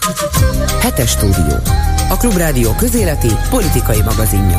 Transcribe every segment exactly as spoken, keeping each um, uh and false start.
Hetes stúdió. A Klubrádió közéleti politikai magazinja.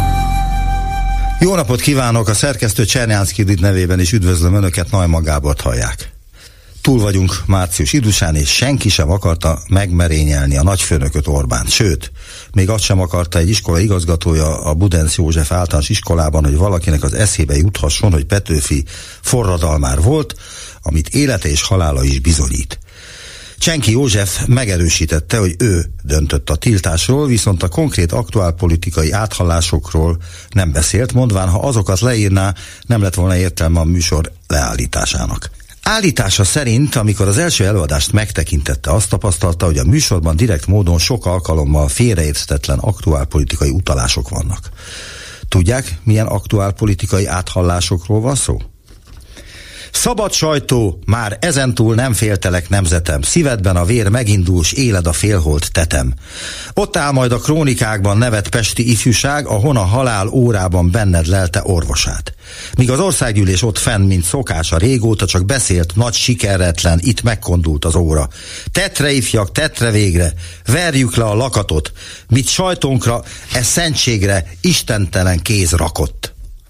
Jó napot kívánok! A szerkesztő Csernyánszky Judit nevében is üdvözlöm Önöket, Neumann Gábort hallják. Túl vagyunk március idusán, és senki sem akarta megmerényelni a nagyfőnököt, Orbánt. Sőt, még azt sem akarta egy iskola igazgatója a Budenz József általános iskolában, hogy valakinek az eszébe juthasson, hogy Petőfi forradalmár volt, amit élete és halála is bizonyít. Csenky József megerősítette, hogy ő döntött a tiltásról, viszont a konkrét aktuálpolitikai áthallásokról nem beszélt, mondván, ha azokat leírná, nem lett volna értelme a műsor leállításának. Állítása szerint, amikor az első előadást megtekintette, azt tapasztalta, hogy a műsorban direkt módon sok alkalommal félreérthetetlen aktuálpolitikai utalások vannak. Tudják, milyen aktuálpolitikai áthallásokról van szó? Szabad sajtó, már ezentúl nem féltelek nemzetem, szívedben a vér megindul, s éled a félholt tetem. Ott áll majd a krónikákban nevet pesti ifjúság, ahon a halál órában benned lelte orvosát. Míg az országgyűlés ott fenn, mint szokása, régóta csak beszélt, nagy sikerretlen, itt megkondult az óra. Tetre ifjak, tetre végre, verjük le a lakatot, mit sajtónkra, e szentségre istentelen kéz rakott.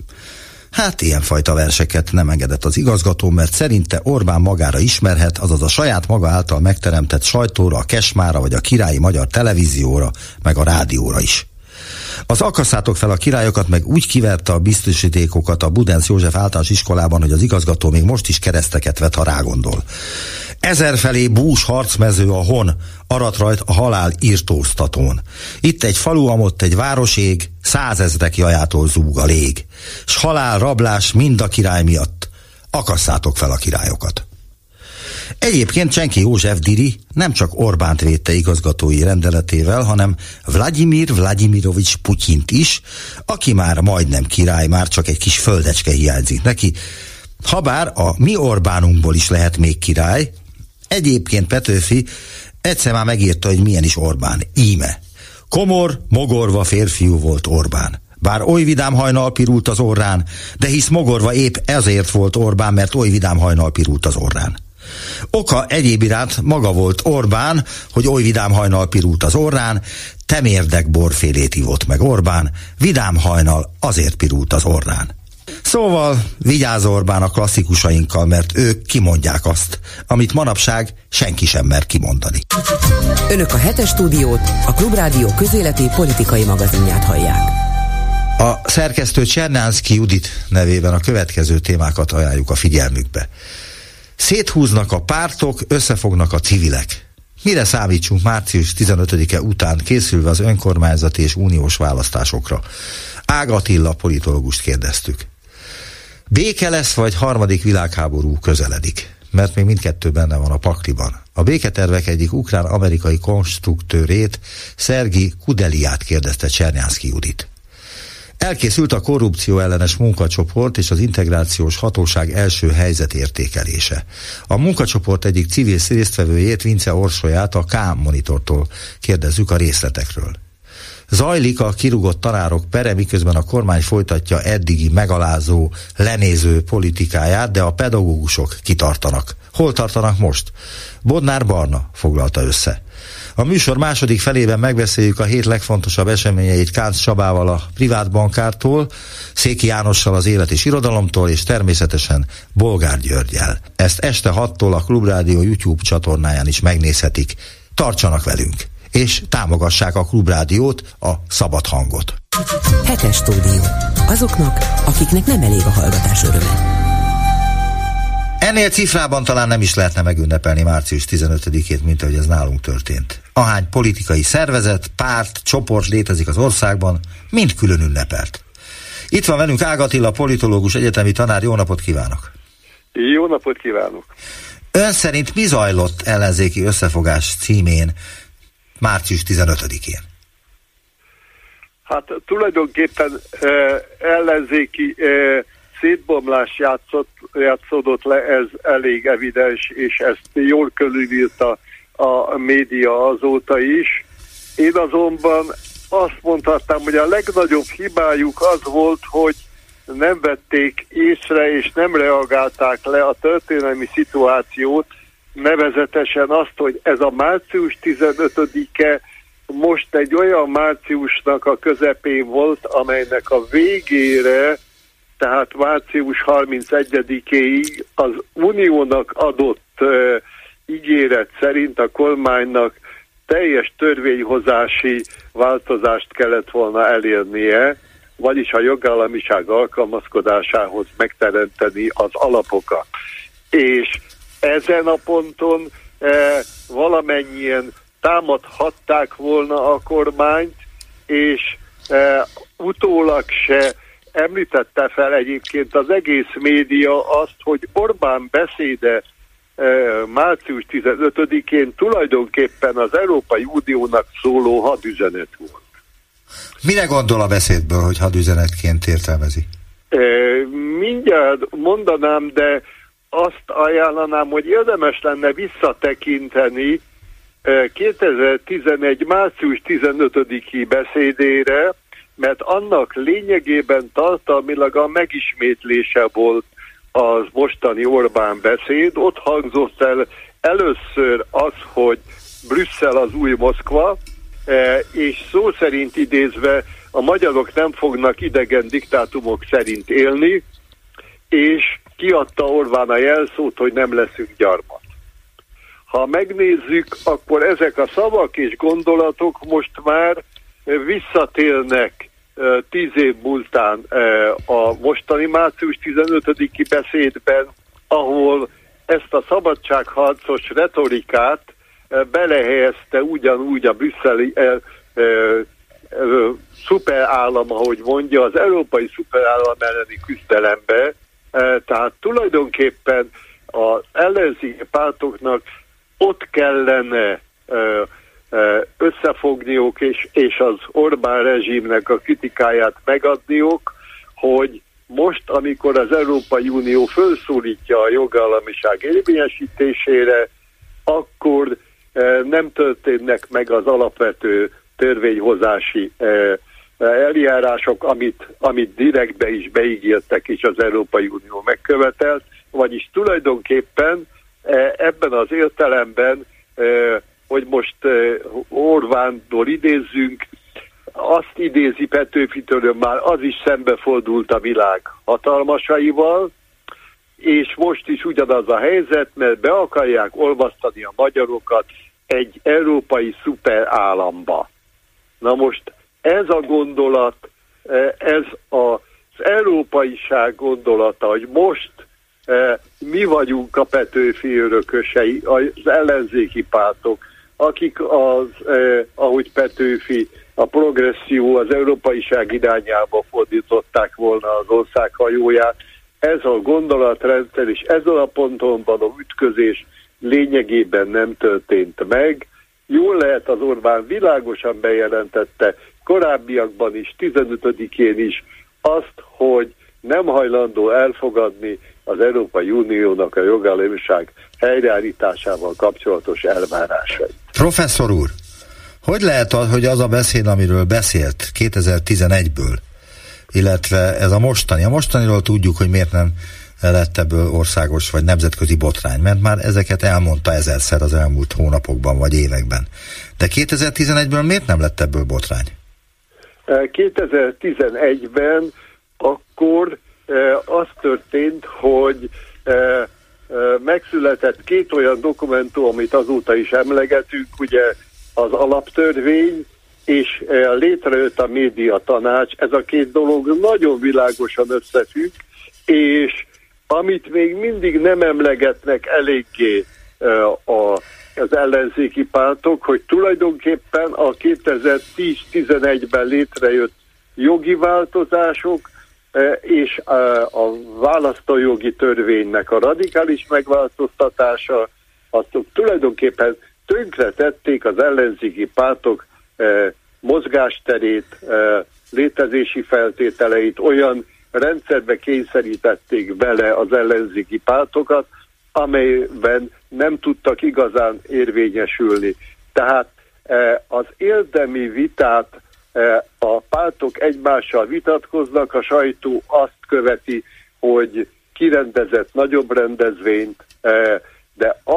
Hát ilyenfajta verseket nem engedett az igazgató, mert szerinte Orbán magára ismerhet, azaz a saját maga által megteremtett sajtóra, a Kesmára vagy a Királyi Magyar Televízióra, meg a rádióra is. Az akasszátok fel a királyokat meg úgy kiverte a biztosítékokat a Budenz József általános iskolában, hogy az igazgató még most is kereszteket vet, ha rágondol. Ezerfelé bús harcmező a hon, arat rajt a halál irtóztatón. Itt egy falu, amott egy városég, százezrek jajától zúg a lég. S halál, rablás mind a király miatt. Akasszátok fel a királyokat. Egyébként Csenky József Diri nem csak Orbánt védte igazgatói rendeletével, hanem Vladimir Vladimirovics Putyint is, aki már majdnem király, már csak egy kis földecske hiányzik neki. Habár a mi Orbánunkból is lehet még király, egyébként Petőfi egyszer már megírta, hogy milyen is Orbán. Íme. Komor, mogorva férfiú volt Orbán. Bár oly vidám hajnal pirult az orrán, de hisz mogorva épp ezért volt Orbán, mert oly vidám hajnal pirult az orrán. Oka egyéb iránt maga volt Orbán, hogy oly vidám hajnal pirult az orrán, temérdek borfélét ivott meg Orbán, vidám hajnal azért pirult az orrán. Szóval vigyázz Orbán a klasszikusainkkal, mert ők kimondják azt, amit manapság senki sem mer kimondani. Önök a Hetes stúdiót, a Klubrádió közéleti politikai magazinját hallják. A szerkesztő Csernyánszky Judit nevében a következő témákat ajánljuk a figyelmükbe. Széthúznak a pártok, összefognak a civilek. Mire számítsunk március tizenötödike után, készülve az önkormányzati és uniós választásokra? Ág Attila politológust kérdeztük. Béke lesz, vagy harmadik világháború közeledik? Mert még mindkettő benne van a pakliban. A béketervek egyik ukrán-amerikai konstruktőrét, Szergi Kudeliát kérdezte Csernyánszky Judit. Elkészült a korrupció ellenes munkacsoport és az integrációs hatóság első helyzetértékelése. A munkacsoport egyik civil résztvevőjét, Vince Orsolyát, a K-monitortól kérdezzük a részletekről. Zajlik a kirúgott tanárok pere, miközben a kormány folytatja eddigi megalázó, lenéző politikáját, de a pedagógusok kitartanak. Hol tartanak most? Bodnár Barna foglalta össze. A műsor második felében megbeszéljük a hét legfontosabb eseményeit Kánz Csabával, a privát bankártól, Széki Jánossal az élet és irodalomtól, és természetesen Bolgár Györggyel. Ezt este hattól a Klubrádió YouTube csatornáján is megnézhetik. Tartsanak velünk, és támogassák a Klubrádiót, a szabad hangot. Hetes stúdió. Azoknak, akiknek nem elég a hallgatás öröme. Ennél cifrában talán nem is lehetne megünnepelni március tizenötödikét, mint ahogy ez nálunk történt. Ahány politikai szervezet, párt, csoport létezik az országban, mind külön ünnepelt. Itt van velünk Ág Attila, politológus, egyetemi tanár. Jó napot kívánok! Jó napot kívánok! Ön szerint mi zajlott ellenzéki összefogás címén március tizenötödikén? Hát tulajdonképpen eh, ellenzéki eh, szétbomlás játszott, játszódott le, ez elég evidens, és ezt jól körülírta a média azóta is. Én azonban azt mondhatnám, hogy a legnagyobb hibájuk az volt, hogy nem vették észre és nem reagálták le a történelmi szituációt, nevezetesen azt, hogy ez a március tizenötödike most egy olyan márciusnak a közepén volt, amelynek a végére, tehát március harmincegyedikéig az uniónak adott uh, ígéret szerint a kormánynak teljes törvényhozási változást kellett volna elérnie, vagyis a jogállamiság alkalmazkodásához megteremteni az alapokat. És ezen a ponton eh, valamennyien támadhatták volna a kormányt, és eh, utólag se említette fel egyébként az egész média azt, hogy Orbán beszéde eh, március tizenötödikén tulajdonképpen az Európai Uniónak szóló hadüzenet volt. Mire gondol a beszédből, hogy hadüzenetként értelmezi? Eh, mindjárt mondanám, de azt ajánlanám, hogy érdemes lenne visszatekinteni kétezer-tizenegy. március tizenötödiki beszédére, mert annak lényegében tartalmilag a megismétlése volt az mostani Orbán beszéd. Ott hangzott el először az, hogy Brüsszel az új Moszkva, és szó szerint idézve a magyarok nem fognak idegen diktátumok szerint élni, és kiadta Orbán a jelszót, hogy nem leszünk gyarmat. Ha megnézzük, akkor ezek a szavak és gondolatok most már visszatérnek tíz év múltán a mostani március tizenötödiki beszédben, ahol ezt a szabadságharcos retorikát belehelyezte ugyanúgy a brüsszeli eh, eh, eh, szuperállam, ahogy mondja, az európai szuperállam elleni küzdelembe. Eh, tehát tulajdonképpen az ellenzéki pártoknak ott kellene eh, eh, összefogniuk, és, és az Orbán rezsimnek a kritikáját megadniuk, hogy most, amikor az Európai Unió felszólítja a jogállamiság érvényesítésére, akkor nem történnek meg az alapvető törvényhozási eljárások, amit, amit direktbe is beígértek, és az Európai Unió megkövetelt, vagyis tulajdonképpen ebben az értelemben, hogy most Orbánból idézzünk, azt idézi Petőfitől, már az is szembefordult a világ hatalmasaival, és most is ugyanaz a helyzet, mert be akarják olvasztani a magyarokat egy európai szuperállamba. Na most ez a gondolat, ez az európaiság gondolata, hogy most mi vagyunk a Petőfi örökösei, az ellenzéki pártok, akik az, ahogy Petőfi, a progresszió, az európaiság irányába fordították volna az ország hajóját. Ez a gondolatrendszer és ezen a ponton való ütközés lényegében nem történt meg. Jól lehet, az Orbán világosan bejelentette korábbiakban is, tizenötödikén is azt, hogy nem hajlandó elfogadni az Európai Uniónak a jogállamiság helyreállításával kapcsolatos elvárásait. Professzor úr, hogy lehet az, hogy az a beszéd, amiről beszélt kétezer-tizenegyből, illetve ez a mostani, a mostaniról tudjuk, hogy miért nem lett ebből országos vagy nemzetközi botrány, mert már ezeket elmondta ezerszer az elmúlt hónapokban vagy években. De kétezer-tizenegyből miért nem lett ebből botrány? kétezer-tizenegyben akkor az történt, hogy megszületett két olyan dokumentum, amit azóta is emlegetünk, ugye az alaptörvény, és létrejött a média tanács. Ez a két dolog nagyon világosan összefügg, és amit még mindig nem emlegetnek eléggé az ellenzéki pártok, hogy tulajdonképpen a kétezer-tíz-tizenegyben létrejött jogi változások és a választójogi törvénynek a radikális megváltoztatása, azok tulajdonképpen tönkretették az ellenzéki pártok mozgásterét, létezési feltételeit, olyan rendszerbe kényszerítették bele az ellenzéki pártokat, amelyben nem tudtak igazán érvényesülni. Tehát az érdemi vitát a pártok egymással vitatkoznak, a sajtó azt követi, hogy kirendezett nagyobb rendezvényt, de azt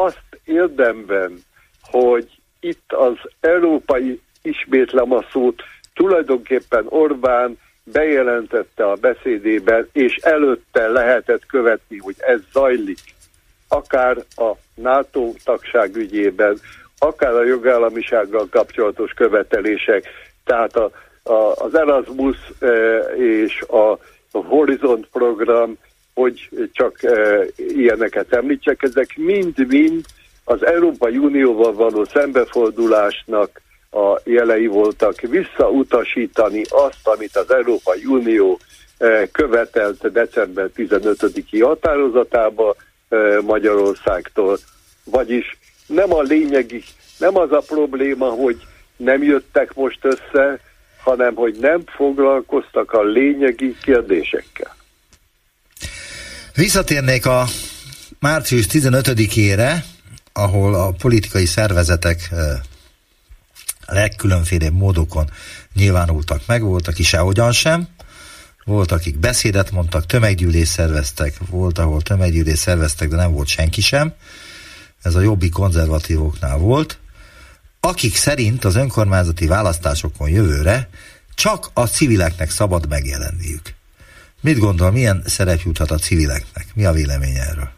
érdemben, hogy itt az európai, ismétlem a szót, tulajdonképpen Orbán bejelentette a beszédében, és előtte lehetett követni, hogy ez zajlik, akár a NATO tagság ügyében, akár a jogállamisággal kapcsolatos követelések, tehát a, a, az Erasmus e, és a, a Horizont program, hogy csak e, ilyeneket említsek, ezek mind-mind az Európai Unióval való szembefordulásnak a jelei voltak, visszautasítani azt, amit az Európai Unió e, követelt december tizenötödiki határozatában e, Magyarországtól, vagyis nem a lényegi, nem az a probléma, hogy nem jöttek most össze, hanem hogy nem foglalkoztak a lényegi kérdésekkel. Visszatérnék a március tizenötödikére, ahol a politikai szervezetek legkülönfélebb módokon nyilvánultak meg, volt, aki sehogyan sem, volt, akik beszédet mondtak, tömeggyűlést szerveztek, volt, ahol tömeggyűlést szerveztek, de nem volt senki sem. Ez a jobbik konzervatívoknál volt, akik szerint az önkormányzati választásokon jövőre csak a civileknek szabad megjelenniük. Mit gondol, milyen szerep juthat a civileknek? Mi a vélemény erről?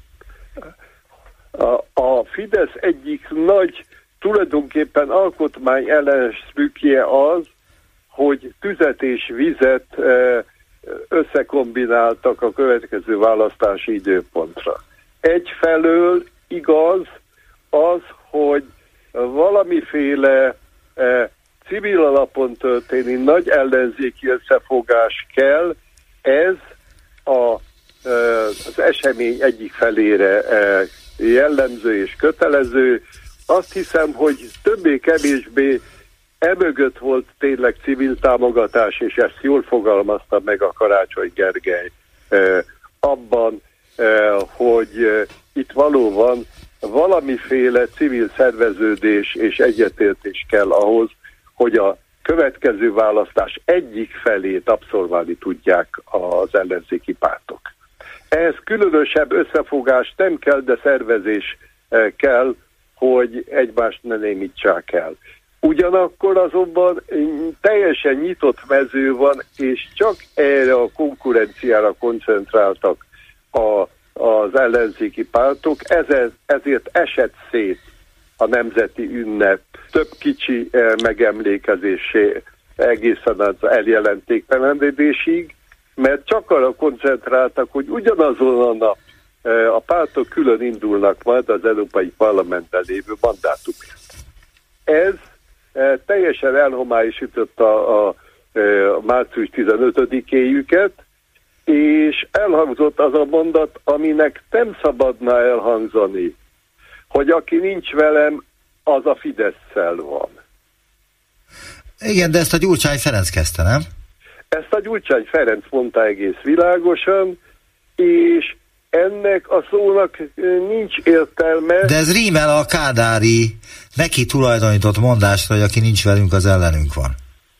A, a Fidesz egyik nagy, tulajdonképpen alkotmány ellenes trükkje az, hogy tüzet és vizet összekombináltak a következő választási időpontra. Egyfelől igaz az, hogy valamiféle e, civil alapon történő nagy ellenzéki összefogás kell, ez a, e, az esemény egyik felére e, jellemző és kötelező. Azt hiszem, hogy többé-kevésbé emögött volt tényleg civil támogatás, és ezt jól fogalmazta meg a Karácsony Gergely e, abban, e, hogy e, itt valóban valamiféle civil szerveződés és egyetértés kell ahhoz, hogy a következő választás egyik felét abszolválni tudják az ellenzéki pártok. Ehhez különösebb összefogás nem kell, de szervezés kell, hogy egymást ne némítsák el. Ugyanakkor azonban teljesen nyitott mező van, és csak erre a konkurenciára koncentráltak a az ellenzéki pártok, ezért, ezért esett szét a nemzeti ünnep több kicsi megemlékezésé egészen az eljelentéktelenedésig, mert csak arra koncentráltak, hogy ugyanazon a nap a pártok külön indulnak majd az Európai Parlamentben lévő mandátumért. Ez teljesen elhomályosította a, a, a március tizenötödikéjüket, és elhangzott az a mondat, aminek nem szabadna elhangzani, hogy aki nincs velem, az a Fidesszel van. Igen, de ezt a Gyurcsány Ferenc kezdte, nem? Ezt a Gyurcsány Ferenc mondta egész világosan, és ennek a szónak nincs értelme. De ez rímel a kádári, neki tulajdonított mondásra, hogy aki nincs velünk, az ellenünk van.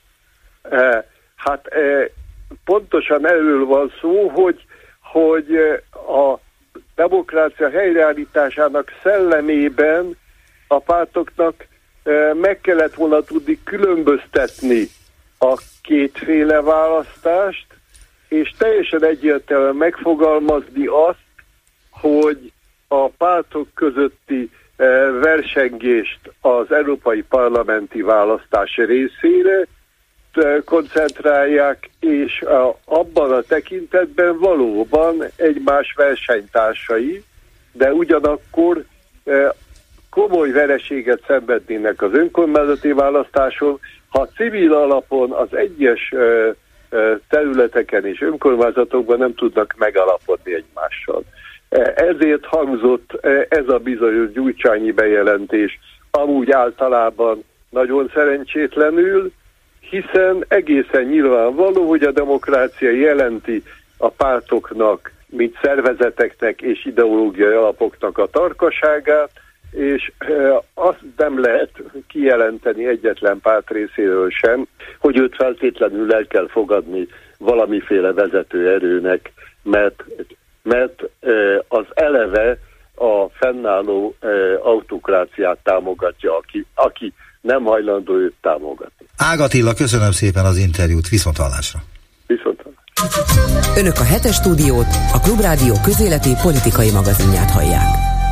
Hát pontosan erről van szó, hogy, hogy a demokrácia helyreállításának szellemében a pártoknak meg kellett volna tudni különböztetni a kétféle választást, és teljesen egyértelműen megfogalmazni azt, hogy a pártok közötti versengést az európai parlamenti választás részére koncentrálják, és abban a tekintetben valóban egymás versenytársai, de ugyanakkor komoly vereséget szenvednének az önkormányzati választáson, ha civil alapon az egyes területeken és önkormányzatokban nem tudnak megalapodni egymással. Ezért hangzott ez a bizonyos gyurcsányi bejelentés, amúgy általában nagyon szerencsétlenül, hiszen egészen nyilvánvaló, hogy a demokrácia jelenti a pártoknak, mint szervezeteknek és ideológiai alapoknak a tarkaságát, és azt nem lehet kijelenteni egyetlen párt részéről sem, hogy őt feltétlenül el kell fogadni valamiféle vezető erőnek, mert, mert az eleve a fennálló e, autokráciát támogatja, aki, aki nem hajlandó őt támogatni. Ág Attila, köszönöm szépen az interjút, viszonthallásra. Viszonthallásra. Önök a hetes stúdiót, a Klubrádió közéleti politikai magazinját hallják.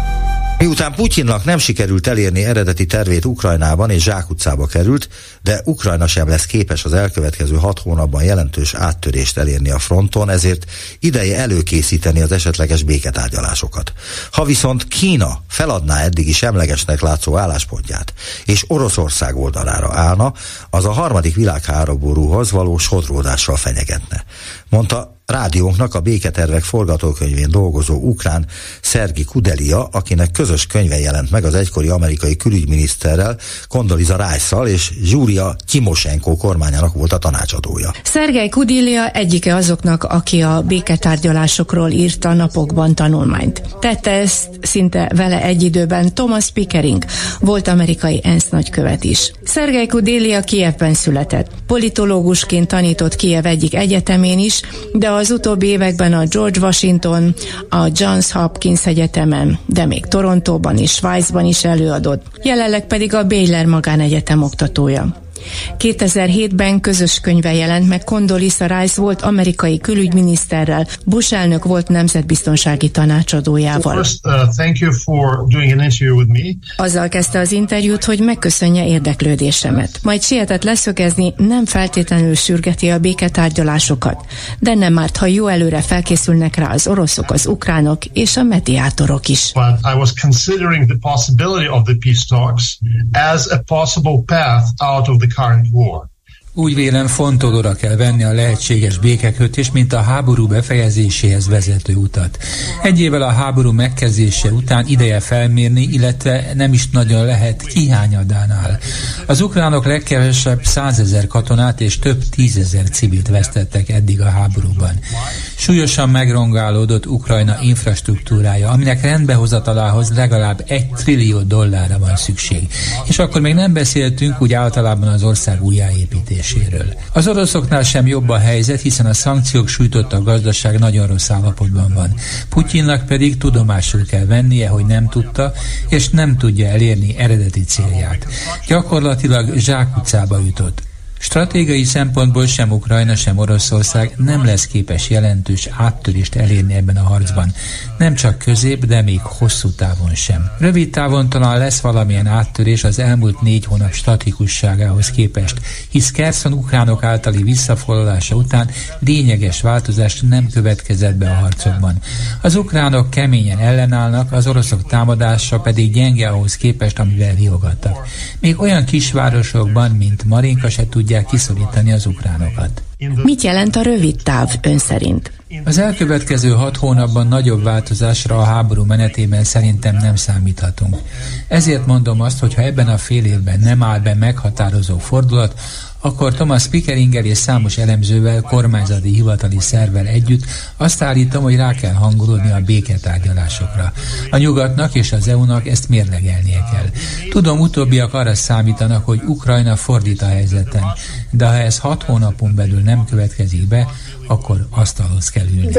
Miután Putyinnak nem sikerült elérni eredeti tervét Ukrajnában és zsákutcába került, de Ukrajna sem lesz képes az elkövetkező hat hónapban jelentős áttörést elérni a fronton, ezért ideje előkészíteni az esetleges béketárgyalásokat. Ha viszont Kína feladná eddigi semlegesnek látszó álláspontját, és Oroszország oldalára állna, az a harmadik világháborúhoz való sodródással fenyegetne, mondta rádiónknak a béketervek forgatókönyvén dolgozó ukrán Szergi Kudelia, akinek közös könyve jelent meg az egykori amerikai külügyminiszterrel, Condoleezza Rice-szal, és Zsúria Tymosenko kormányának volt a tanácsadója. Szergej Kudelia egyike azoknak, aki a béketárgyalásokról írta napokban tanulmányt. Tette ezt szinte vele egy időben Thomas Pickering, volt amerikai ENSZ nagykövet is. Szergej Kudelia Kijevben született. Politológusként tanított Kijev egyik egyetemén is, de az utóbbi években a George Washington, a Johns Hopkins Egyetemen, de még Torontóban és Svájcban is előadott, jelenleg pedig a Baylor magánegyetem oktatója. kétezer-hétben közös könyve jelent meg Condoleezza Rice volt amerikai külügyminiszterrel, Bush elnök volt nemzetbiztonsági tanácsadójával. First, uh, thank you for doing an interview with me. Azzal kezdte az interjút, hogy megköszönje érdeklődésemet. Majd sietett leszögezni, nem feltétlenül sürgeti a béketárgyalásokat, de nem árt, ha jó előre felkészülnek rá az oroszok, az ukránok és a mediátorok is. But I was considering the possibility of the peace talks as a possible path out of the current war. Úgy vélem, fontolóra kell venni a lehetséges békekötést, mint a háború befejezéséhez vezető utat. Egy évvel a háború megkezdése után ideje felmérni, illetve nem is nagyon lehet, ki hányadán áll. Az ukránok legkevesebb százezer katonát és több tízezer civilt vesztettek eddig a háborúban. Súlyosan megrongálódott Ukrajna infrastruktúrája, aminek rendbehozatalához legalább egy trillió dollárra van szükség. És akkor még nem beszéltünk úgy általában az ország újjáépítéséről. Az oroszoknál sem jobb a helyzet, hiszen a szankciók sújtotta a gazdaság nagyon rossz állapotban van. Putyinnak pedig tudomásul kell vennie, hogy nem tudta, és nem tudja elérni eredeti célját. Gyakorlatilag zsákutcába jutott. Stratégiai szempontból sem Ukrajna, sem Oroszország nem lesz képes jelentős áttörést elérni ebben a harcban. Nem csak közép, de még hosszú távon sem. Rövid távon talán lesz valamilyen áttörés az elmúlt négy hónap statikusságához képest, hisz Kherson ukránok általi visszafoglalása után lényeges változás nem következett be a harcokban. Az ukránok keményen ellenállnak, az oroszok támadása pedig gyenge ahhoz képest, amivel riogattak. Még olyan kisvárosokban, mint Marinka se tudják kiszorítani az ukránokat. Mit jelent a rövid táv ön szerint? Az elkövetkező hat hónapban nagyobb változásra a háború menetében szerintem nem számíthatunk. Ezért mondom azt, hogy ha ebben a fél évben nem áll be meghatározó fordulat, akkor Thomas Pickeringgel és számos elemzővel, kormányzati hivatali szervvel együtt azt állítom, hogy rá kell hangolódni a béketárgyalásokra. A nyugatnak és az é u-nak ezt mérlegelnie kell. Tudom, utóbbiak arra számítanak, hogy Ukrajna fordít a helyzeten, de ha ez hat hónapon belül nem következik be, akkor asztalhoz kell ülni.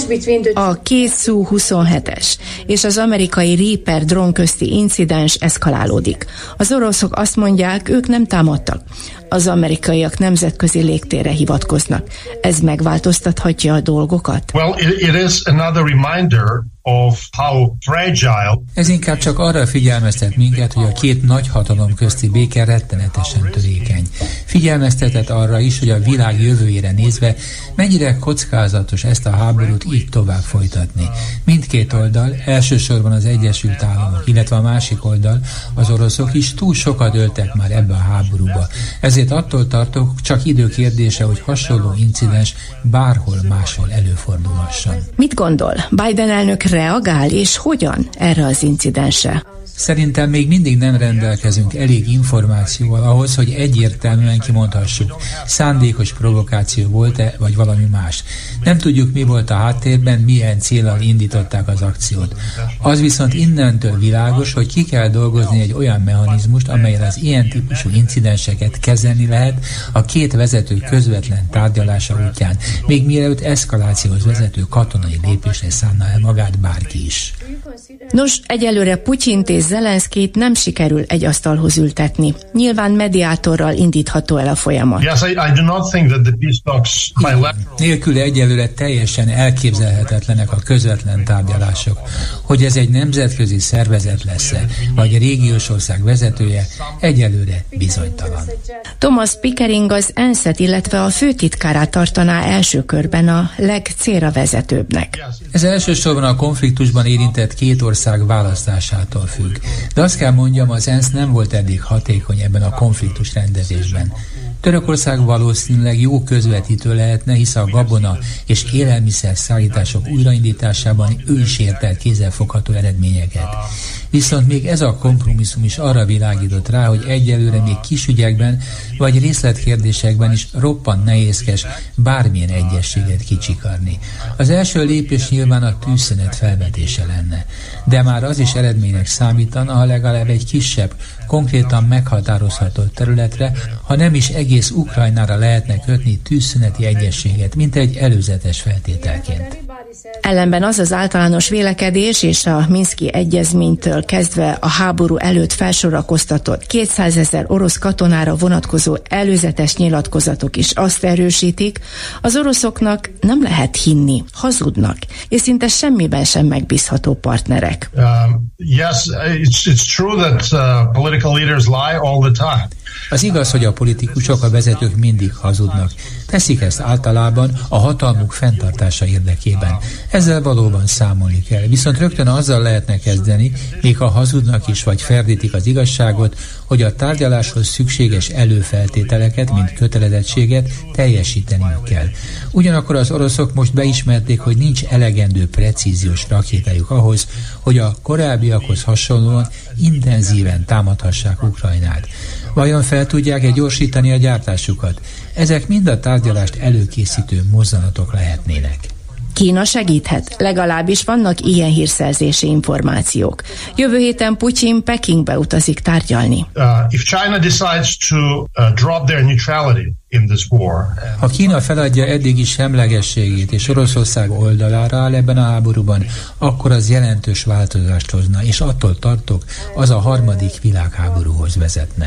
A két szú huszonhetes és az amerikai Reaper drón közti incidens eszkalálódik. Az oroszok azt mondják, ők nem támadtak. Az amerikaiak nemzetközi légtérre hivatkoznak. Ez megváltoztathatja a dolgokat? Well, it, it is another reminder of how fragile. Ez inkább csak arra figyelmeztet minket, hogy a két nagy hatalom közti béke rettenetesen törékeny. Figyelmeztetett arra is, hogy a világ jövőjére nézve mennyire kockázatos ezt a háborút így tovább folytatni. Mindkét oldal, elsősorban az Egyesült Államok, illetve a másik oldal, az oroszok is túl sokat öltek már ebbe a háborúba. Ezért attól tartok, csak idő kérdése, hogy hasonló incidens bárhol máshol előfordulhasson. Mit gondol? Biden elnök reagál, és hogyan erre az incidensre? Szerintem még mindig nem rendelkezünk elég információval ahhoz, hogy egyértelműen kimondhassuk, szándékos provokáció volt-e, vagy valami más. Nem tudjuk, mi volt a háttérben, milyen céllal indították az akciót. Az viszont innentől világos, hogy ki kell dolgozni egy olyan mechanizmust, amelyen az ilyen típusú incidenseket kezelni lehet a két vezető közvetlen tárgyalása útján, még mielőtt eszkalációhoz vezető katonai lépésre szánna el magát bárki is. Nos, egyelőre Putyint és Zelenszkijt nem sikerül egy asztalhoz ültetni. Nyilván mediátorral indítható el a folyamat. Yes, I, I do not think that the peace talks by Nélküle egyelőre teljesen elképzelhetetlenek a közvetlen tárgyalások. Hogy ez egy nemzetközi szervezet lesz-e, vagy a régiós ország vezetője, egyelőre bizonytalan. Thomas Pickering az ENSZ-et, illetve a főtitkárát tartaná első körben a legcélra vezetőbbnek. Ez elsősorban a konfliktusban érintett két ország választásától függ. De azt kell mondjam, az ENSZ nem volt eddig hatékony ebben a konfliktus rendezésben. Törökország valószínűleg jó közvetítő lehetne, hisz a gabona és élelmiszer szállítások újraindításában ő is ért el kézzelfogható eredményeket. Viszont még ez a kompromisszum is arra világított rá, hogy egyelőre még kis ügyekben vagy részletkérdésekben is roppant nehézkes bármilyen egyességet kicsikarni. Az első lépés nyilván a tűzszünet felvetése lenne, de már az is eredménynek számítana, ha legalább egy kisebb, konkrétan meghatározható területre, ha nem is egész Ukrajnára lehetne kötni tűzszüneti egyességet, mint egy előzetes feltételként. Ellenben az az általános vélekedés és a Minszki egyezménytől kezdve a háború előtt felsorakoztatott kétszázezer orosz katonára vonatkozó előzetes nyilatkozatok is azt erősítik, az oroszoknak nem lehet hinni, hazudnak, és szinte semmiben sem megbízható partnerek. Um, yes, it's, it's true that uh, political leaders lie all the time. Az igaz, hogy a politikusok, a vezetők mindig hazudnak. Teszik ezt általában a hatalmuk fenntartása érdekében. Ezzel valóban számolni kell. Viszont rögtön azzal lehetne kezdeni, még ha hazudnak is, vagy ferdítik az igazságot, hogy a tárgyaláshoz szükséges előfeltételeket, mint kötelezettséget teljesíteniük kell. Ugyanakkor az oroszok most beismerték, hogy nincs elegendő precíziós rakétájuk ahhoz, hogy a korábbiakhoz hasonlóan intenzíven támadhassák Ukrajnát. Vajon fel tudják-e gyorsítani a gyártásukat? Ezek mind a tárgyalást előkészítő mozzanatok lehetnének. Kína segíthet, legalábbis vannak ilyen hírszerzési információk. Jövő héten Putyin Pekingbe utazik tárgyalni. Uh, if China decides to uh, drop their neutrality in this war. Ha Kína feladja eddigi semlegességét és Oroszország oldalára áll ebben a háborúban, akkor az jelentős változást hozna, és attól tartok, az a harmadik világháborúhoz vezetne.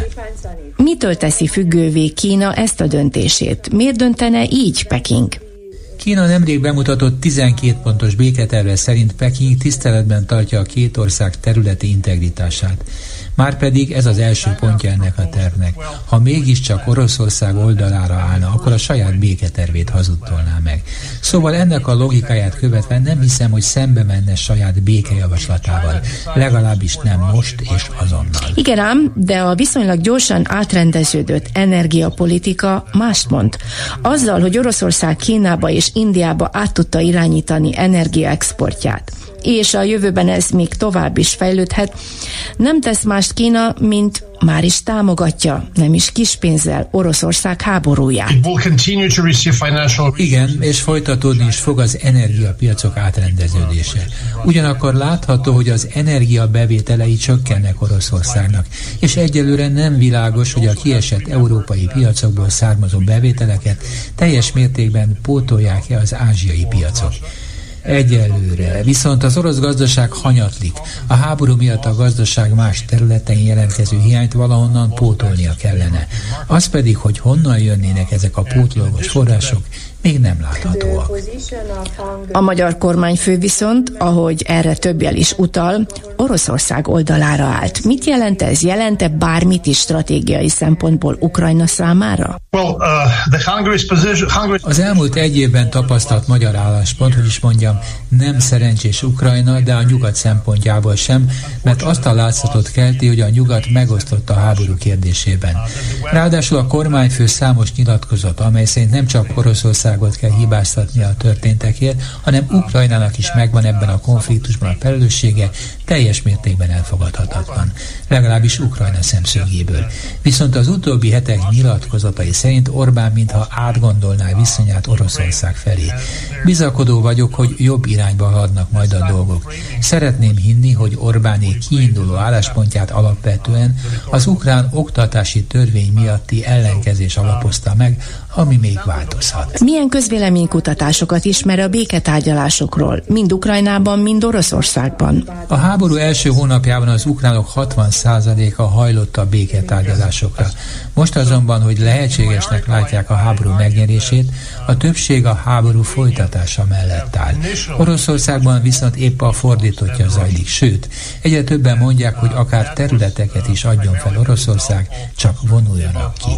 Mitől teszi függővé Kína ezt a döntését? Miért döntene így Peking? Kína nemrég bemutatott tizenkét pontos béketerve szerint Peking tiszteletben tartja a két ország területi integritását. Márpedig ez az első pontja ennek a tervnek. Ha mégiscsak Oroszország oldalára állna, akkor a saját béketervét hazudtolná meg. Szóval ennek a logikáját követve nem hiszem, hogy szembe menne saját békejavaslatával. Legalábbis nem most és azonnal. Igen ám, de a viszonylag gyorsan átrendeződött energiapolitika mást mond. Azzal, hogy Oroszország Kínába és Indiába át tudta irányítani energiaexportját, és a jövőben ez még tovább is fejlődhet, nem tesz mást Kína, mint már is támogatja, nem is kispénzzel Oroszország háborúját. Igen, és folytatódni is fog az energiapiacok átrendeződése. Ugyanakkor látható, hogy az energiabevételei csökkennek Oroszországnak, és egyelőre nem világos, hogy a kiesett európai piacokból származó bevételeket teljes mértékben pótolják-e az ázsiai piacok. Egyelőre. Viszont az orosz gazdaság hanyatlik. A háború miatt a gazdaság más területein jelentkező hiányt valahonnan pótolnia kellene. Az pedig, hogy honnan jönnének ezek a pótlólagos források, még nem láthatóak. A magyar kormányfő viszont, ahogy erre több jel is utal, Oroszország oldalára állt. Mit jelent ez? Jelent-e bármit is stratégiai szempontból Ukrajna számára? Az elmúlt egy évben tapasztalt magyar álláspont, hogy is mondjam, nem szerencsés Ukrajna, de a nyugat szempontjából sem, mert azt a látszatot kelti, hogy a nyugat megosztott a háború kérdésében. Ráadásul a kormányfő számos nyilatkozat, amely szerint nem csak Oroszországot kell hibáztatni a történtekért, hanem Ukrajnának is megvan ebben a konfliktusban a felelőssége, teljes mértékben elfogadhatatlan, legalábbis Ukrajna szemszögéből. Viszont az utóbbi hetek nyilatkozatai szerint Orbán mintha átgondolná viszonyát Oroszország felé. Bizakodó vagyok, hogy jobb irányba haladnak majd a dolgok. Szeretném hinni, hogy Orbáné kiinduló álláspontját alapvetően az ukrán oktatási törvény miatti ellenkezés alapozta meg, ami még változhat. Milyen közvéleménykutatásokat ismer a béketárgyalásokról, mind Ukrajnában, mind Oroszországban? A háború első hónapjában az ukránok hatvan százaléka hajlott a béketárgyalásokra. Most azonban, hogy lehetségesnek látják a háború megnyerését, a többség a háború folytatása mellett áll. Oroszországban viszont épp a fordítottja zajlik, sőt, egyre többen mondják, hogy akár területeket is adjon fel Oroszország, csak vonuljanak ki.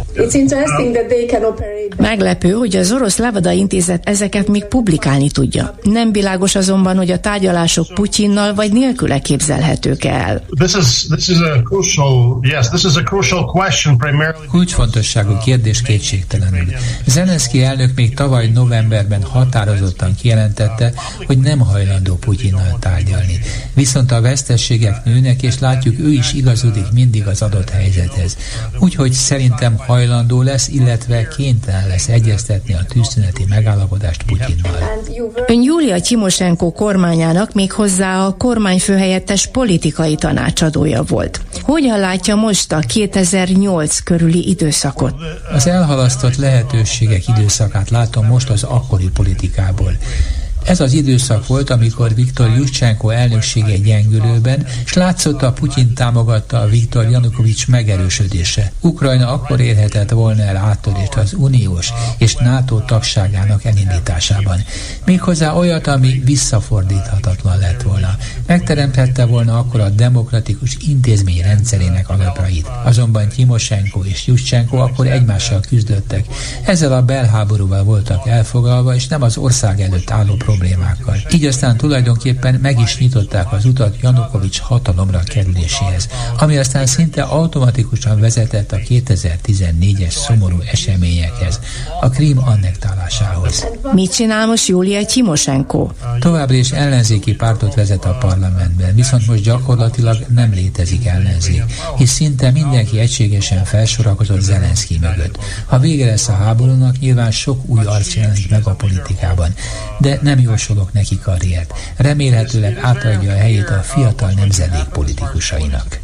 Meglepő, hogy az orosz Levada intézet ezeket még publikálni tudja. Nem világos azonban, hogy a tárgyalások Putyinnal vagy nélküle képzelhetők el. Kulcsfontosságú kérdés kétségtelenül. Zelenszky elnök még tavaly novemberben határozottan kijelentette, hogy nem hajlandó Putyinnal tárgyalni. Viszont a veszteségek nőnek, és látjuk, ő is igazodik mindig az adott helyzethez. Úgyhogy szerintem hajlandó lesz, illetve kénytelen lesz egyeztetni a tűzszüneti megállapodást Putyinnal. Ön Júlia Tymosenko kormányának még hozzá a kormányfőhelyettes politikai tanácsadója volt. Hogyan látja most a kétezer-nyolc körüli időszakot? Az elhalasztott lehetőségek időszakát látom most az akkori politikából. Ez az időszak volt, amikor Viktor Juszcsenko elnöksége gyengülőben, és látszott a Putyin támogatta a Viktor Janukovics megerősödése. Ukrajna akkor érhetett volna el áttörést az uniós és NATO tagságának elindításában. Méghozzá olyat, ami visszafordíthatatlan lett volna. Megteremthette volna akkor a demokratikus intézmény rendszerének alapjait. Azonban Tymosenko és Juszcsenko akkor egymással küzdöttek. Ezzel a belháborúval voltak elfoglalva, és nem az ország előtt álló problémákkal. problémákkal. Így aztán tulajdonképpen meg is nyitották az utat Janukovics hatalomra kerüléséhez, ami aztán szinte automatikusan vezetett a kétezer-tizennégyes szomorú eseményekhez, a Krím annektálásához. Mit csinál most Júlia Tymosenko? Továbbra is ellenzéki pártot vezet a parlamentben, viszont most gyakorlatilag nem létezik ellenzék, hisz szinte mindenki egységesen felsorakozott Zelenszky mögött. Ha vége lesz a háborúnak, nyilván sok új arc jelenik meg a politikában, de nem jósolok neki karriert. Remélhetőleg átadja a helyét a fiatal nemzedék politikusainak.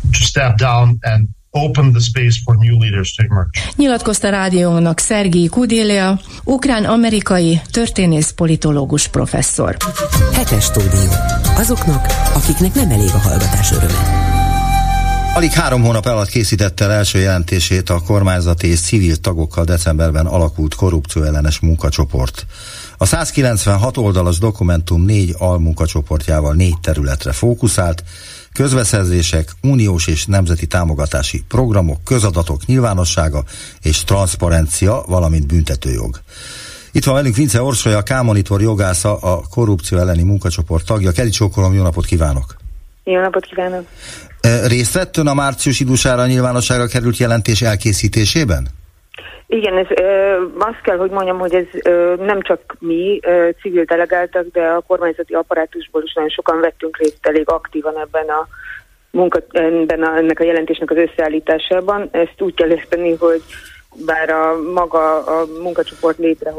Nyilatkozta rádiónak Szergij Kudilja, ukrán-amerikai történész-politológus professzor. Hetes stúdió. Azoknak, akiknek nem elég a hallgatás öröme. Alig három hónap alatt készítette el első jelentését a kormányzati és civil tagokkal decemberben alakult korrupcióellenes munkacsoport. A százkilencvenhat oldalas dokumentum négy almunkacsoportjával négy területre fókuszált: közbeszerzések, uniós és nemzeti támogatási programok, közadatok nyilvánossága és transzparencia, valamint büntetőjog. Itt van velünk Vince Orsolya, a K-Monitor jogásza, a korrupció elleni munkacsoport tagja. Kedi csókolom, jó napot kívánok! Jó napot kívánok! Részt vett ön a március idősára nyilvánosságra került jelentés elkészítésében? Igen, ez, ö, azt kell, hogy mondjam, hogy ez ö, nem csak mi ö, civil delegáltak, de a kormányzati apparátusból is nagyon sokan vettünk részt elég aktívan ebben a munka, ebben a, ennek a jelentésnek az összeállításában. Ezt úgy kell érteni, hogy bár a maga a munkacsoport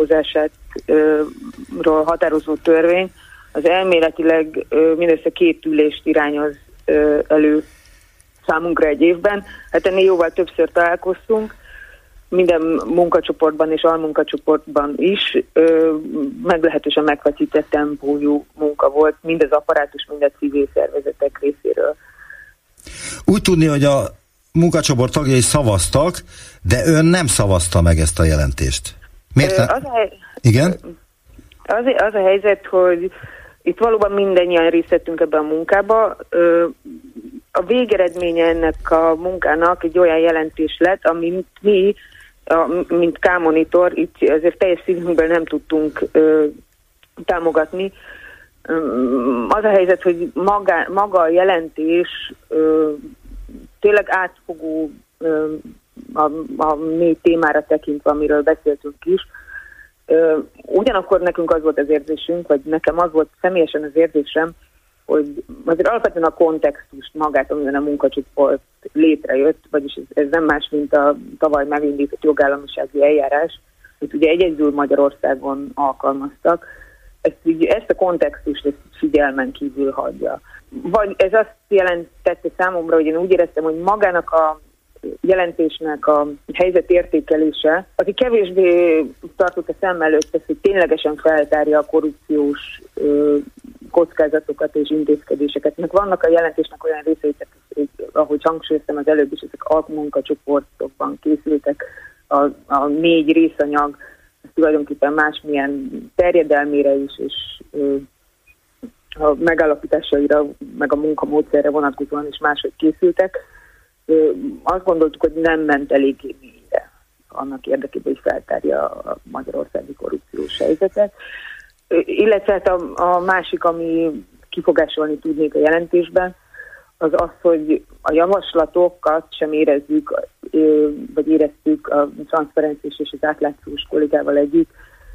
létrehozásátról határozó törvény, az elméletileg ö, mindössze két ülést irányoz ö, elő számunkra egy évben. Hát ennél jóval többször találkoztunk, minden munkacsoportban és almunkacsoportban is ö, meglehetősen megfeszített tempójú munka volt, mind az apparátus, mind a civil szervezetek részéről. Úgy tudni, hogy a munkacsoport tagjai szavaztak, de ön nem szavazta meg ezt a jelentést. Miért? Ö, az a, Igen? Az, az a helyzet, hogy itt valóban mindannyian részt vettünk ebben a munkába. Ö, a végeredménye ennek a munkának egy olyan jelentés lett, amit mi, a, mint K-Monitor, itt azért teljes szívünkből nem tudtunk ö, támogatni. Ö, az a helyzet, hogy maga, maga a jelentés ö, tényleg átfogó ö, a, a négy témára tekintve, amiről beszéltünk is. Ö, ugyanakkor nekünk az volt az érzésünk, vagy nekem az volt személyesen az érzésem, hogy azért alapvetően a kontextust magát, amiben a munkacsoport létrejött, vagyis ez, ez nem más, mint a tavaly megindított jogállamisági eljárás, amit ugye egyedül Magyarországon alkalmaztak, ezt, ezt a kontextust ezt figyelmen kívül hagyja. Vagy ez azt jelentette számomra, hogy én úgy éreztem, hogy magának a jelentésnek a helyzet értékelése, aki kevésbé tartotta szem előtt ezt, hogy ténylegesen feltárja a korrupciós ö, kockázatokat és intézkedéseket. Meg vannak a jelentésnek olyan részei, ahogy hangsúlyoztam az előbb is, ezek almunkacsoportokban készültek, a, a négy részanyag, ez tulajdonképpen másmilyen terjedelmére is, és ö, a megállapításaira, meg a munkamódszerre vonatkozóan is máshogy készültek. Ö, azt gondoltuk, hogy nem ment eléggé mélyre annak érdekében, hogy feltárja a magyarországi korrupciós helyzetet. Ö, illetve hát a, a másik, ami kifogásolni tudnék a jelentésben, az az, hogy a javaslatokat sem érezzük, vagy éreztük a transzparenciás és az átlátszós kollégával együtt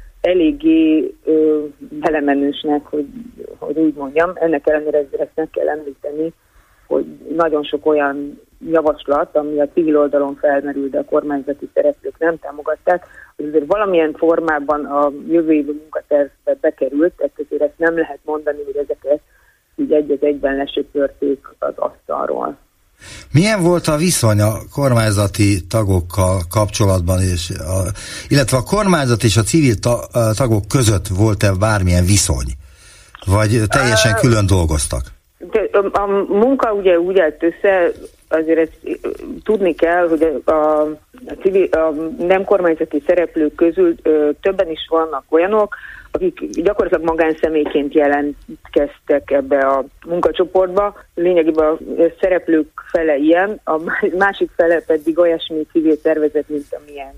eléggé ö, belemenősnek, hogy, hogy úgy mondjam. Ennek ellenére ezt meg kell említeni, hogy nagyon sok olyan javaslat, ami a civil oldalon felmerül, de a kormányzati szereplők nem támogatták, hogy azért valamilyen formában a jövő évi munkatervbe bekerült, tehát azért ezt nem lehet mondani, hogy ezeket így egy az egyben lesöpörték az asztalról. Milyen volt a viszony a kormányzati tagokkal kapcsolatban, és a, illetve a kormányzat és a civil ta, a tagok között volt-e bármilyen viszony? Vagy teljesen uh, külön dolgoztak? De a, a munka ugye úgy állt össze, azért ezt tudni kell, hogy a, a, civil, a nem kormányzati szereplők közül ö, többen is vannak olyanok, akik gyakorlatilag magánszemélyként jelentkeztek ebbe a munkacsoportba. Lényegében a szereplők fele ilyen, a másik fele pedig olyasmi civil szervezet, mint amilyen.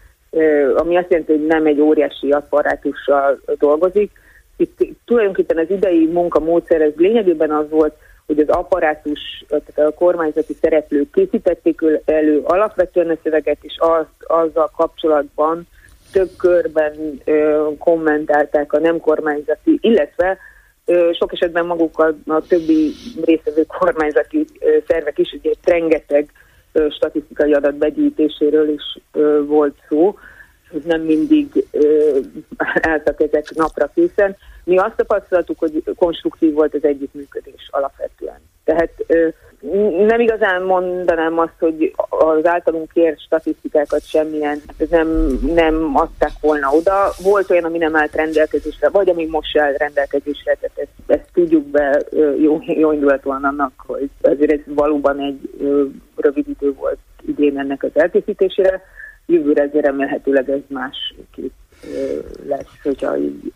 Ami azt jelenti, hogy nem egy óriási apparátussal dolgozik. Itt tulajdonképpen az idei munkamódszer ez lényegében az volt, hogy az apparátus, tehát a kormányzati szereplők készítették elő alapvetően a szöveget, és az, azzal kapcsolatban több körben ö, kommentálták a nem kormányzati, illetve ö, sok esetben maguk a, a többi részvevő kormányzati ö, szervek is, ugye rengeteg ö, statisztikai adat begyűjtéséről is ö, volt szó, hogy nem mindig ö, álltak ezek napra készen. Mi azt tapasztaltuk, hogy konstruktív volt az együttműködés alapvetően. Tehát ö, nem igazán mondanám azt, hogy az általunk kért statisztikákat semmilyen nem, nem adták volna oda. Volt olyan, ami nem állt rendelkezésre, vagy ami most áll rendelkezésre, tehát ezt, ezt tudjuk be jó, jó indulatúan annak, hogy azért ez valóban egy rövid idő volt idén ennek az elkészítésére. Jövőre ezért remélhetőleg ez másképp lesz, hogyha így,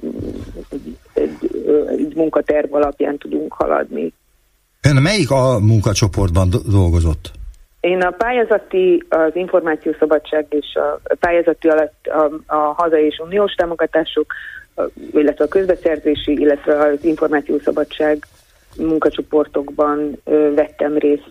egy, egy, egy munkaterv alapján tudunk haladni. Ön melyik a munkacsoportban do- dolgozott? Én a pályázati, az információszabadság és a pályázati alatt a, a hazai és uniós támogatások, illetve a közbeszerzési, illetve az információszabadság munkacsoportokban ö, vettem részt.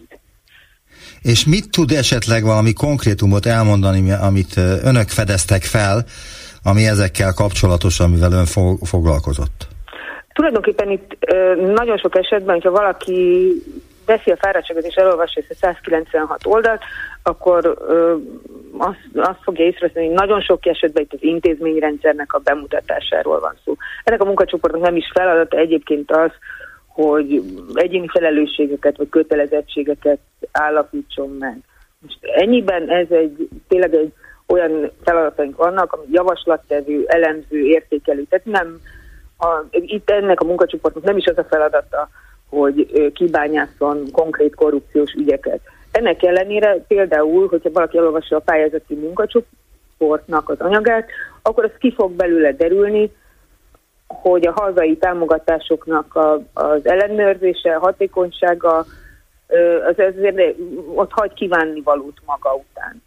És mit tud esetleg valami konkrétumot elmondani, amit önök fedeztek fel, ami ezekkel kapcsolatos, amivel ön fo- foglalkozott? Tulajdonképpen itt ö, nagyon sok esetben, hogyha valaki veszi a fáradtságot és elolvassa ezt a száz kilencvenhat oldalt, akkor ö, azt, azt fogja észrevenni, hogy nagyon sok esetben itt az intézményrendszernek a bemutatásáról van szó. Ennek a munkacsoportnak nem is feladata egyébként az, hogy egyéni felelősségeket vagy kötelezettségeket állapítson meg. Most ennyiben ez egy, tényleg egy olyan feladataink vannak, ami javaslattevő, elemző, értékelő. Tehát nem, a, itt ennek a munkacsoportnak nem is az a feladata, hogy kibányásszon konkrét korrupciós ügyeket. Ennek ellenére például, hogyha valaki elolvassa a pályázati munkacsoportnak az anyagát, akkor az ki fog belőle derülni, hogy a hazai támogatásoknak a, az ellenőrzése, hatékonysága, az azért ott hagy kívánni valót maga után.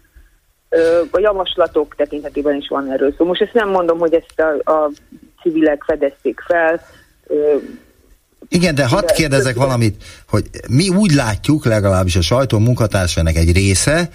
A javaslatok tekintetében is van erről szó. Most ezt nem mondom, hogy ezt a, a civilek fedezték fel. Igen, de hadd kérdezek valamit, hogy mi úgy látjuk, legalábbis a sajtó munkatársainak egy része,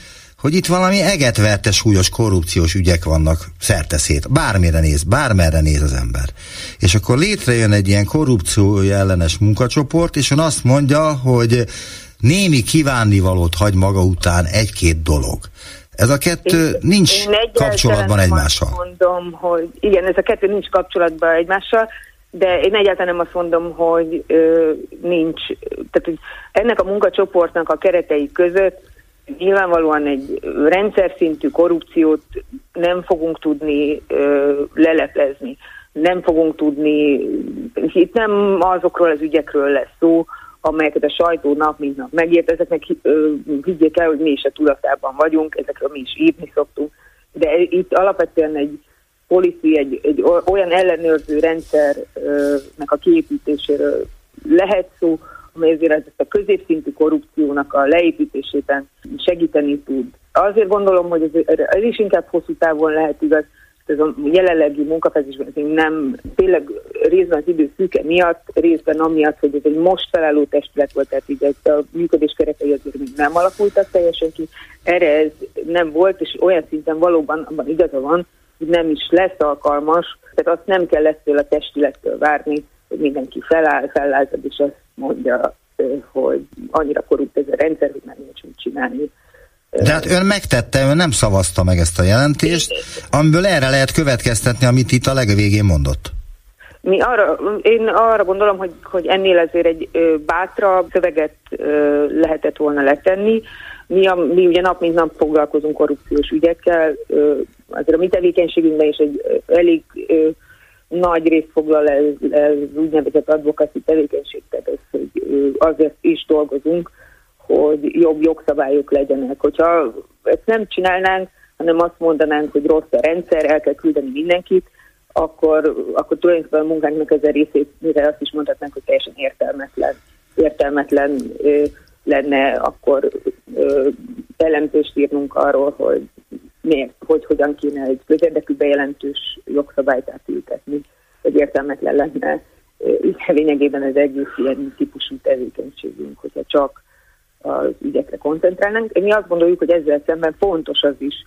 hogy itt valami egetverte súlyos korrupciós ügyek vannak szerteszét. Bármire néz, bármerre néz az ember. És akkor létrejön egy ilyen korrupció ellenes munkacsoport, és ön azt mondja, hogy némi kívánnivalót hagy maga után egy-két dolog. Ez a kettő én, nincs én kapcsolatban egymással. Mondom, hogy igen, ez a kettő nincs kapcsolatban egymással, de én egyáltalán nem azt mondom, hogy ö, nincs, tehát hogy ennek a munkacsoportnak a keretei között nyilvánvalóan egy rendszer szintű korrupciót nem fogunk tudni ö, leleplezni. Nem fogunk tudni, itt nem azokról az ügyekről lesz szó, amelyeket a sajtó nap mint nap megért, ezeknek higgyék el, hogy mi is a tudatában vagyunk, ezekről mi is írni szoktunk, de itt alapvetően egy policy, egy, egy olyan ellenőrző rendszernek a kiépítéséről lehet szó, amely azért ezt a középszintű korrupciónak a leépítésében segíteni tud. Azért gondolom, hogy ez, ez is inkább hosszú távon lehet igaz, ez a jelenlegi munkafejezésben nem, tényleg részben az idő szűke miatt, részben amiatt, hogy ez egy most felálló testület volt, tehát így a működés keretei azért még nem alakultak teljesen ki. Erre ez nem volt, és olyan szinten valóban abban igaza van, hogy nem is lesz alkalmas, tehát azt nem kell ettől a testülettől várni, hogy mindenki feláll, fellázad, és azt mondja, hogy annyira korrupt ez a rendszer, hogy már nincs mit csinálni. De hát ön megtette, ön nem szavazta meg ezt a jelentést, amiből erre lehet következtetni, amit itt a legvégén mondott. Mi arra, én arra gondolom, hogy, hogy ennél azért egy ö, bátrabb szöveget ö, lehetett volna letenni. Mi, a, mi ugye nap mint nap foglalkozunk korrupciós ügyekkel, ö, azért a mi tevékenységünkben is egy ö, elég ö, nagy részt foglal ez, ez úgynevezett advocacy tevékenység, tehát ez, hogy ö, azért is dolgozunk, hogy jobb jogszabályok legyenek. Hogyha ezt nem csinálnánk, hanem azt mondanánk, hogy rossz a rendszer, el kell küldeni mindenkit, akkor, akkor tulajdonképpen a munkánknak ez a részét, mire azt is mondhatnánk, hogy teljesen értelmetlen, értelmetlen ö, lenne akkor ö, elemzést írnunk arról, hogy miért, hogy hogyan kéne egy közérdekű bejelentős jogszabályt átültetni, hogy értelmetlen lenne ö, lényegében az egész ilyen típusú tevékenységünk, hogyha csak az ügyekre koncentrálnánk. Mi azt gondoljuk, hogy ezzel szemben fontos az is,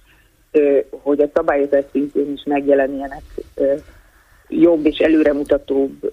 hogy a szabályozás szintén is megjelenjenek jobb és előremutatóbb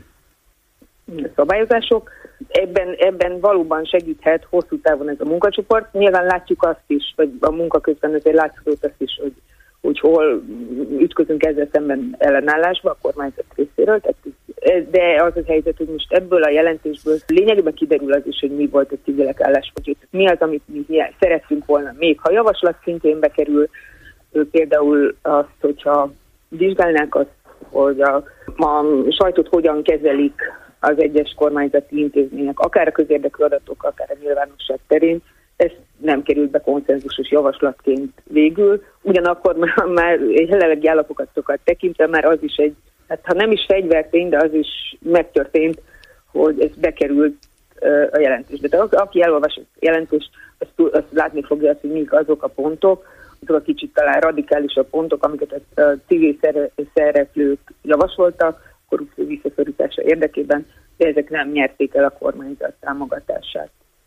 szabályozások. Ebben, ebben valóban segíthet hosszú távon ez a munkacsoport. Nyilván látjuk azt is, vagy a munka közben azért láthatót azt is, hogy, hogy hol ütközünk ezzel szemben ellenállásba a kormányzat részéről. Tehát, de az a helyzet, hogy most ebből a jelentésből lényegében kiderül az is, hogy mi volt a civilek álláspontja. Mi az, amit mi szerettünk volna még. Ha javaslat szintén bekerül, például azt, hogyha vizsgálnánk azt, hogy a, a sajtót hogyan kezelik az egyes kormányzati intézmények, akár a közérdekű adatok, akár a nyilvánosság terén, ez nem került be konszenzusos javaslatként végül. Ugyanakkor már, már jelenlegi állapotokat tekintve már az is egy, hát ha nem is fegyvertény, de az is megtörtént, hogy ez bekerült uh, a jelentésbe. De az, aki elolvas a jelentést, azt, azt látni fogja azt, hogy mik azok a pontok, azok a kicsit talán radikálisabb pontok, amiket a civil szereplők javasoltak, korrupció visszaszorítása érdekében, de ezek nem nyerték el a kormányzat támogatását.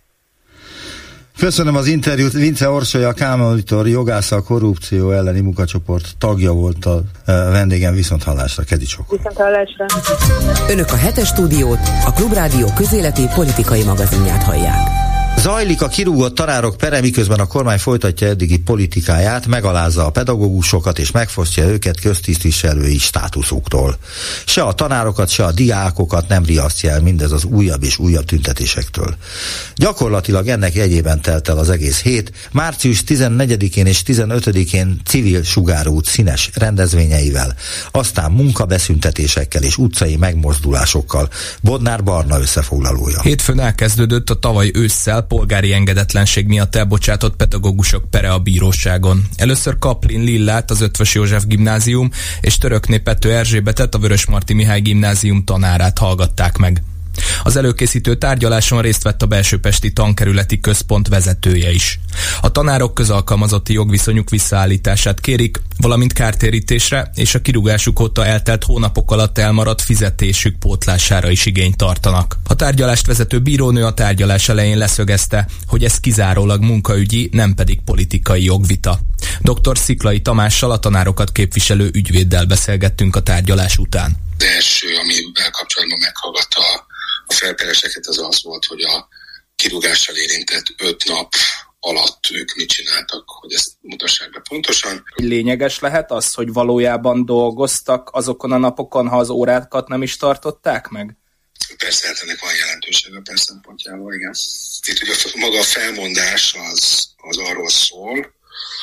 Köszönöm az interjút. Vince Orsolya, a K-Monitor jogásza, a korrupció elleni munkacsoport tagja volt a vendégem. Viszonthallásra, Kedi Csokor. Viszonthallásra. Önök a hetes stúdiót, a Klubrádió közéleti politikai magazinját hallják. Zajlik a kirúgott tanárok pere, miközben a kormány folytatja eddigi politikáját, megalázza a pedagógusokat és megfosztja őket köztisztviselői státuszuktól. Se a tanárokat, se a diákokat nem riasztja el mindez az újabb és újabb tüntetésektől. Gyakorlatilag ennek jegyében telt el az egész hét. Március tizennegyedikén és tizenötödikén civil sugárút színes rendezvényeivel, aztán munkabeszüntetésekkel és utcai megmozdulásokkal. Bodnár Barna összefoglalója. Hétfőn elkezdődött a tavaly ősszel polgári engedetlenség miatt elbocsátott pedagógusok pere a bíróságon. Először Kaplin Lillát, az Ötvös József Gimnázium és Törökné Pető Erzsébetet, a Vörösmarty Mihály Gimnázium tanárát hallgatták meg. Az előkészítő tárgyaláson részt vett a Belsőpesti Tankerületi Központ vezetője is. A tanárok közalkalmazotti jogviszonyuk visszaállítását kérik, valamint kártérítésre és a kirúgásuk óta eltelt hónapok alatt elmaradt fizetésük pótlására is igényt tartanak. A tárgyalást vezető bírónő a tárgyalás elején leszögezte, hogy ez kizárólag munkaügyi, nem pedig politikai jogvita. doktor Sziklai Tamással, a tanárokat képviselő ügyvéddel beszélgettünk a tárgyalás után. Az első, amivel kapcsolatban meghallgatta a felpereseket, az az volt, hogy a kirúgással érintett öt nap alatt ők mit csináltak, hogy ezt mutassák be pontosan. Lényeges lehet az, hogy valójában dolgoztak azokon a napokon, ha az órákat nem is tartották meg? Persze, hát ennek van jelentősége a per szempontjából, igen. Itt ugye maga a felmondás az, az arról szól,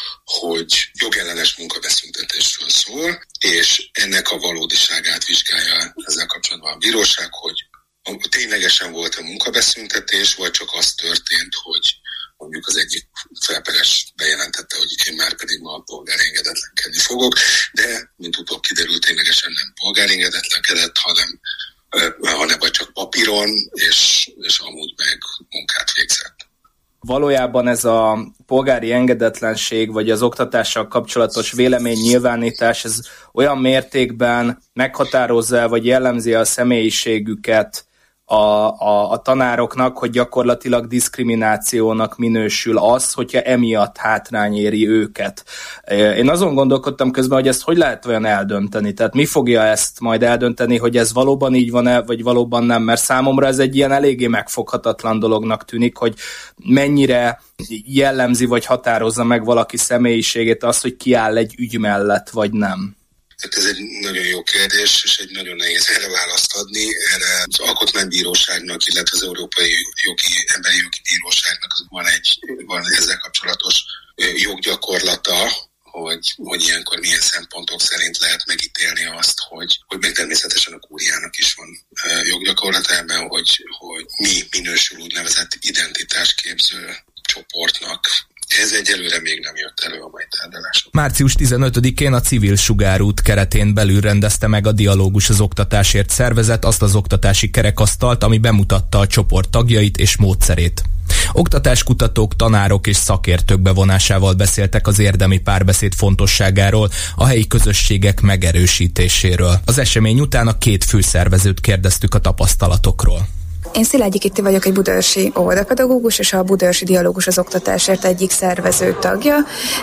hogy jogellenes munkabeszüntetésről szól, és ennek a valódiságát vizsgálja ezzel kapcsolatban a bíróság, hogy ténylegesen volt a munkabeszüntetés, vagy csak az történt, hogy mondjuk az egyik felperes bejelentette, hogy én már pedig ma polgári engedetlenkedni fogok, de mint utóbb kiderült, ténylegesen nem polgári engedetlenkedett, hanem, hanem vagy csak papíron, és, és amúgy meg munkát végzett. Valójában ez a polgári engedetlenség, vagy az oktatással kapcsolatos véleménynyilvánítás, ez olyan mértékben meghatározza, vagy jellemzi a személyiségüket a, a, a tanároknak, hogy gyakorlatilag diszkriminációnak minősül az, hogyha emiatt hátrány éri őket. Én azon gondolkodtam közben, hogy ezt hogy lehet olyan eldönteni, tehát mi fogja ezt majd eldönteni, hogy ez valóban így van-e, vagy valóban nem, mert számomra ez egy ilyen eléggé megfoghatatlan dolognak tűnik, hogy mennyire jellemzi, vagy határozza meg valaki személyiségét az, hogy kiáll egy ügy mellett, vagy nem. Tehát ez egy nagyon jó kérdés, és egy nagyon nehéz erre választ adni. Erre az Alkotmánybíróságnak, illetve az Európai Jogi, Emberi Jogi Bíróságnak van egy van ezzel kapcsolatos joggyakorlata, hogy, hogy ilyenkor milyen szempontok szerint lehet megítélni azt, hogy, hogy meg természetesen a kúriának is van joggyakorlata ebben, hogy, hogy mi minősül úgynevezett identitásképző csoportnak. Ez egyelőre még nem jött elő a mai tárgyaláson. március tizenötödikén a Civil Sugárút keretén belül rendezte meg a Dialógus az Oktatásért szervezet azt az oktatási kerekasztalt, ami bemutatta a csoport tagjait és módszerét. Oktatáskutatók, tanárok és szakértők bevonásával beszéltek az érdemi párbeszéd fontosságáról, a helyi közösségek megerősítéséről. Az esemény után a két főszervezőt kérdeztük a tapasztalatokról. Én Szilágyi Kitti vagyok, egy budaörsi óvodapedagógus, és a Budaörsi Dialógus az Oktatásért egyik szervező tagja,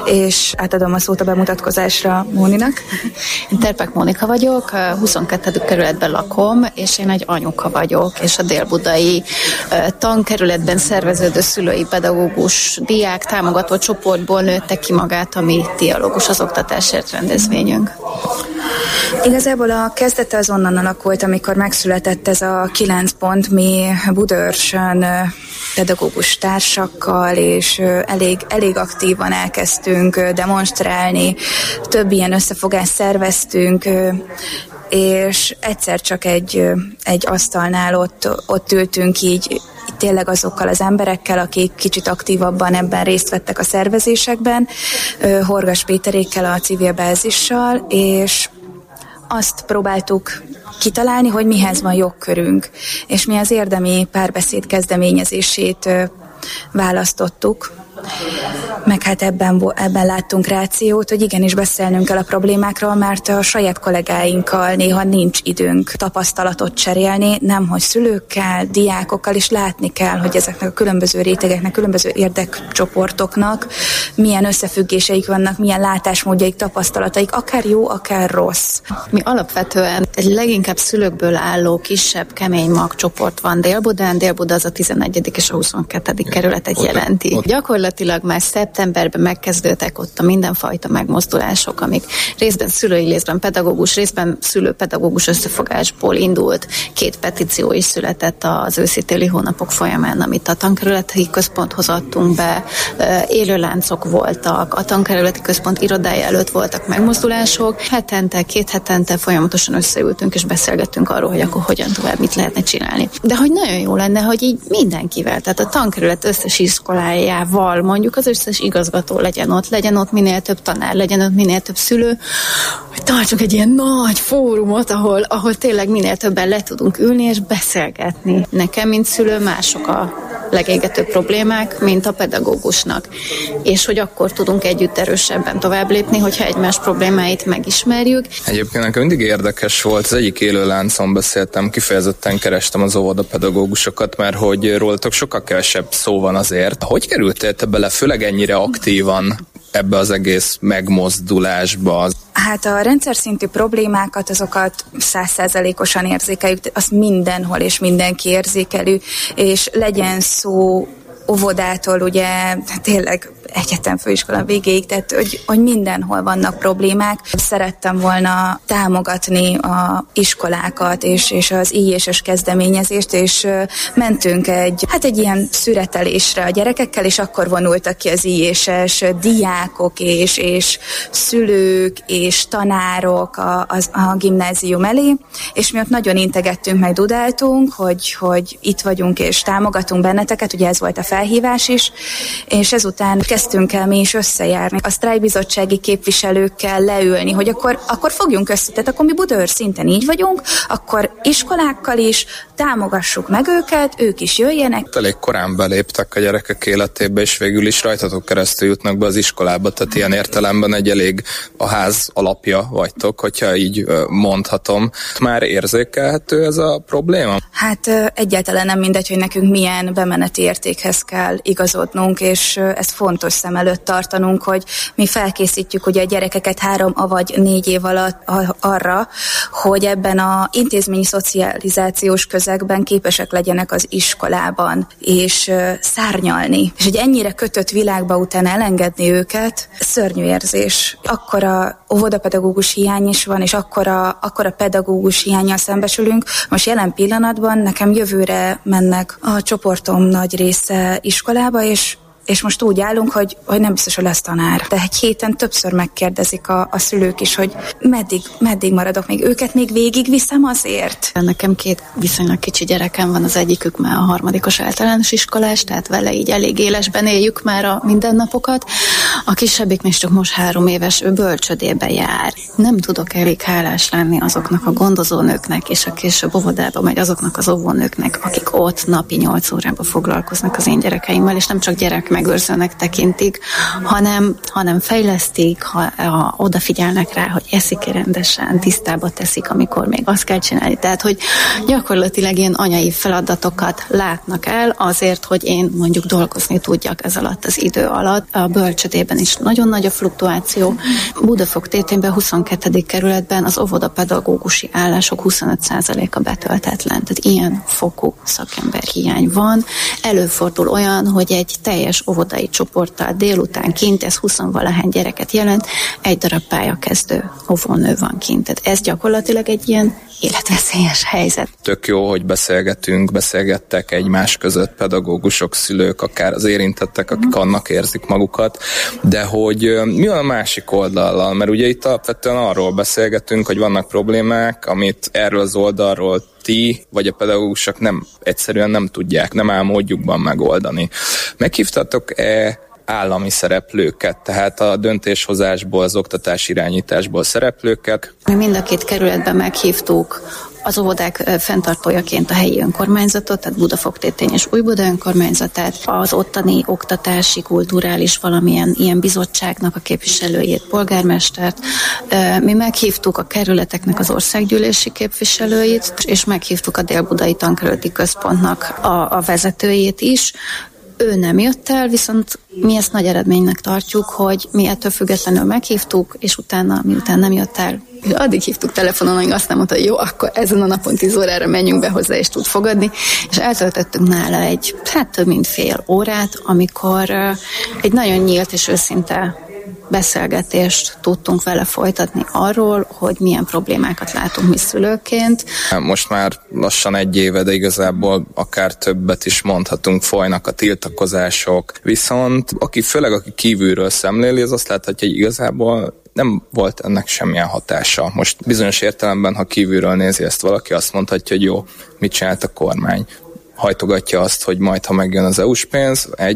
és átadom a szót a bemutatkozásra Móninak. Én Terpek Mónika vagyok, huszonkettő kerületben lakom, és én egy anyuka vagyok, és a délbudai tankerületben szerveződő szülői pedagógus diák támogató csoportból nőtte ki magát a mi Dialógus az Oktatásért rendezvényünk. Igazából a kezdete az onnan alakult, amikor megszületett ez a kilenc pont, mi Budaörsön pedagógus társakkal, és elég, elég aktívan elkezdtünk demonstrálni, több ilyen összefogást szerveztünk, és egyszer csak egy, egy asztalnál ott, ott ültünk így, tényleg azokkal az emberekkel, akik kicsit aktívabban ebben részt vettek a szervezésekben, Horgas Péterékkel, a civil bázissal, és azt próbáltuk kitalálni, hogy mihez van jogkörünk, és mi az érdemi párbeszéd kezdeményezését választottuk, meg hát ebben, ebben láttunk rációt, hogy igenis beszélnünk kell a problémákról, mert a saját kollégáinkkal néha nincs időnk tapasztalatot cserélni, nemhogy szülőkkel, diákokkal, is látni kell, hogy ezeknek a különböző rétegeknek, különböző érdekcsoportoknak milyen összefüggéseik vannak, milyen látásmódjaik, tapasztalataik, akár jó, akár rossz. Mi alapvetően egy leginkább szülőkből álló kisebb, kemény magcsoport van Dél-Budán, Dél-Buda az a tizennegyedik és a huszonkettedik kerületet jelenti. Ott, ott. Gyakorlatilag már szeptemberben megkezdődtek ott a mindenfajta megmozdulások, amik részben szülői, részben pedagógus, részben szülő-pedagógus összefogásból indult. Két petíció is született az őszi-téli hónapok folyamán, amit a tankerületi központhoz adtunk be. Élőláncok voltak, a tankerületi központ irodája előtt voltak megmozdulások. Hetente, két hetente folyamatosan összeültünk és beszélgettünk arról, hogy akkor hogyan tovább, mit lehetne csinálni. De hogy nagyon jó lenne, hogy így mindenkivel, tehát a tankerület összes iskolájával, mondjuk az összes igazgató legyen ott, legyen ott minél több tanár, legyen ott minél több szülő, hogy tartsunk egy ilyen nagy fórumot, ahol, ahol tényleg minél többen le tudunk ülni és beszélgetni. Nekem, mint szülő, mások a legégetőbb problémák, mint a pedagógusnak. És hogy akkor tudunk együtt erősebben tovább lépni, hogyha egymás problémáit megismerjük. Egyébként nekem mindig érdekes volt, az egyik élő láncon beszéltem, kifejezetten kerestem az óvodapedagógusokat, mert hogy rólatok sokkal kevesebb szó van azért. Hogy kerültél te bele, főleg ennyire aktívan ebbe az egész megmozdulásba? Hát a rendszer szintű problémákat, azokat száz százalékosan érzékeljük, azt mindenhol és mindenki érzékelő, és legyen szó óvodától, ugye tényleg egyetem főiskola végéig, tehát hogy, hogy mindenhol vannak problémák. Szerettem volna támogatni a iskolákat és, és az í es-es kezdeményezést, és mentünk egy, hát egy ilyen szüretelésre a gyerekekkel, és akkor vonultak ki az í es-es diákok és, és szülők és tanárok a, a, a gimnázium elé, és mi ott nagyon integettünk, meg dudáltunk, hogy, hogy itt vagyunk és támogatunk benneteket, ugye ez volt a felhívás is, és ezután kezdtünk el mi is összejárni, a sztrájkbizottsági képviselőkkel leülni, hogy akkor, akkor fogjunk össze, tehát akkor mi Budaörsi szinten így vagyunk, akkor iskolákkal is támogassuk meg őket, ők is jöjjenek. Elég korán beléptek a gyerekek életébe, és végül is rajtatok keresztül jutnak be az iskolába, tehát ilyen értelemben egy elég a ház alapja vagytok, hogyha így mondhatom. Már érzékelhető ez a probléma? Hát egyáltalán nem mindegy, hogy nekünk milyen bemeneti értékhez kell igazodnunk, és ez fontos szem előtt tartanunk, hogy mi felkészítjük ugye a gyerekeket három avagy négy év alatt arra, hogy ebben a intézményi szocializációs közegben képesek legyenek az iskolában, és szárnyalni. És egy ennyire kötött világba utána elengedni őket, szörnyű érzés. Akkora óvodapedagógus hiány is van, és akkora, akkora pedagógus hiánnyal szembesülünk. Most jelen pillanatban nekem jövőre mennek a csoportom nagy része iskolába, és és most úgy állunk, hogy, hogy nem biztos, hogy lesz tanár. De egy héten többször megkérdezik a, a szülők is, hogy meddig, meddig maradok még, őket még végigviszem azért. Nekem két viszonylag kicsi gyerekem van, az egyikük már a harmadikos általános iskolás, tehát vele így elég élesben éljük már a mindennapokat. A kisebbik még csak most három éves, ő bölcsödébe jár. Nem tudok elég hálás lenni azoknak a gondozónőknek, és a később óvodába megy azoknak az óvónőknek, akik ott napi nyolc órában foglalkoznak az én gyerekeimmel, és nem csak gyerek megőrzőnek tekintik, hanem, hanem fejlesztik, ha, ha odafigyelnek rá, hogy eszik-e rendesen, tisztába teszik, amikor még azt kell csinálni. Tehát, hogy gyakorlatilag ilyen anyai feladatokat látnak el azért, hogy én mondjuk dolgozni tudjak ez alatt az idő alatt. A bölcsödében is nagyon nagy a fluktuáció. Budafok tétényben huszonkettedik kerületben az óvodapedagógusi állások huszonöt százaléka betöltetlen. Tehát ilyen fokú szakember hiány van. Előfordul olyan, hogy egy teljes óvodai csoporttal délután kint, ez huszonvalahány gyereket jelent, egy darab pályakezdő óvónő van kint. Tehát ez gyakorlatilag egy ilyen életveszélyes helyzet. Tök jó, hogy beszélgetünk, beszélgettek egymás között pedagógusok, szülők, akár az érintettek, akik annak érzik magukat, de hogy mi van a másik oldallal? Mert ugye itt alapvetően arról beszélgetünk, hogy vannak problémák, amit erről az oldalról ti, vagy a pedagógusok nem, egyszerűen nem tudják, nem áll módjukban megoldani. Meghívtatok-e állami szereplőket, tehát a döntéshozásból, az oktatás irányításból szereplőket? Mi mind a két kerületben meghívtuk az óvodák fenntartójaként a helyi önkormányzatot, tehát Budafok-Tétény és Újbuda önkormányzatát, az ottani oktatási, kulturális valamilyen ilyen bizottságnak a képviselőjét, polgármestert. Mi meghívtuk a kerületeknek az országgyűlési képviselőit, és meghívtuk a Dél-Budai Tankerületi Központnak a, a vezetőjét is. Ő nem jött el, viszont mi ezt nagy eredménynek tartjuk, hogy mi ettől függetlenül meghívtuk, és utána, miután nem jött el, addig hívtuk telefonon, hogy azt nem mondta, hogy jó, akkor ezen a napon tíz órára menjünk be hozzá, és tud fogadni, és eltöltöttünk nála egy, hát több mint fél órát, amikor egy nagyon nyílt és őszinte beszélgetést tudtunk vele folytatni arról, hogy milyen problémákat látunk mi szülőként. Most már lassan egy éve, de igazából akár többet is mondhatunk, folynak a tiltakozások, viszont aki főleg aki kívülről szemléli, az azt láthatja, hogy igazából nem volt ennek semmilyen hatása. Most bizonyos értelemben, ha kívülről nézi ezt valaki, azt mondhatja, hogy jó, mit csinált a kormány? Hajtogatja azt, hogy majd, ha megjön az é u-s pénz, egy,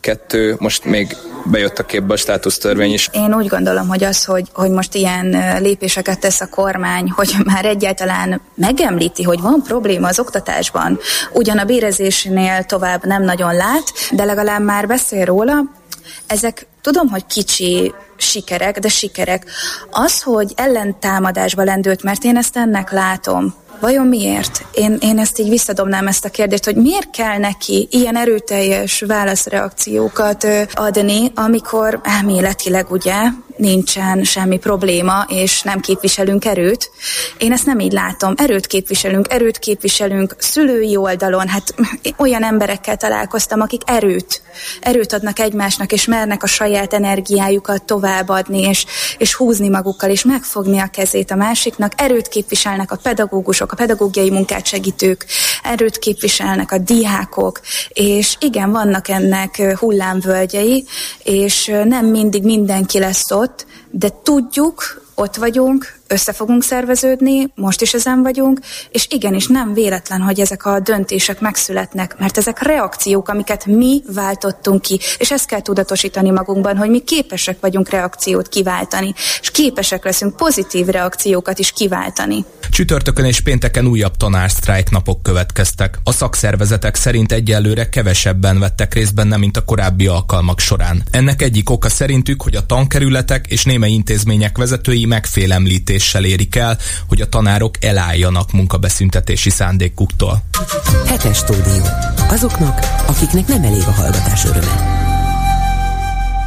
Kettő, most még bejött a képbe a státusztörvény is. Én úgy gondolom, hogy az, hogy, hogy most ilyen lépéseket tesz a kormány, hogy már egyáltalán megemlíti, hogy van probléma az oktatásban, ugyan a bérezésnél tovább nem nagyon lát, de legalább már beszél róla. Ezek tudom, hogy kicsi sikerek, de sikerek. Az, hogy ellentámadásba lendült, mert én ezt ennek látom, vajon miért? Én, én ezt így visszadobnám ezt a kérdést, hogy miért kell neki ilyen erőteljes válaszreakciókat adni, amikor elméletileg ugye nincsen semmi probléma, és nem képviselünk erőt. Én ezt nem így látom. Erőt képviselünk, erőt képviselünk szülői oldalon. Hát olyan emberekkel találkoztam, akik erőt, erőt adnak egymásnak, és mernek a saját energiájukat továbbadni, és, és húzni magukkal, és megfogni a kezét a másiknak. Erőt képviselnek a pedagógusok, a pedagógiai munkát segítők, erőt képviselnek a diákok, és igen, vannak ennek hullámvölgyei, és nem mindig mindenki lesz ott, de tudjuk, ott vagyunk, össze fogunk szerveződni, most is ezen vagyunk, és igenis nem véletlen, hogy ezek a döntések megszületnek, mert ezek reakciók, amiket mi váltottunk ki, és ezt kell tudatosítani magunkban, hogy mi képesek vagyunk reakciót kiváltani, és képesek leszünk pozitív reakciókat is kiváltani. Csütörtökön és pénteken újabb tanársztrájk napok következtek. A szakszervezetek szerint egyelőre kevesebben vettek részt benne, mint a korábbi alkalmak során. Ennek egyik oka szerintük, hogy a tankerületek és némely intézmények vezetői megfélemlítéssel érik el, hogy a tanárok elálljanak munkabeszüntetési szándékuktól. Hetes stúdió. Azoknak, akiknek nem elég a hallgatás öröme.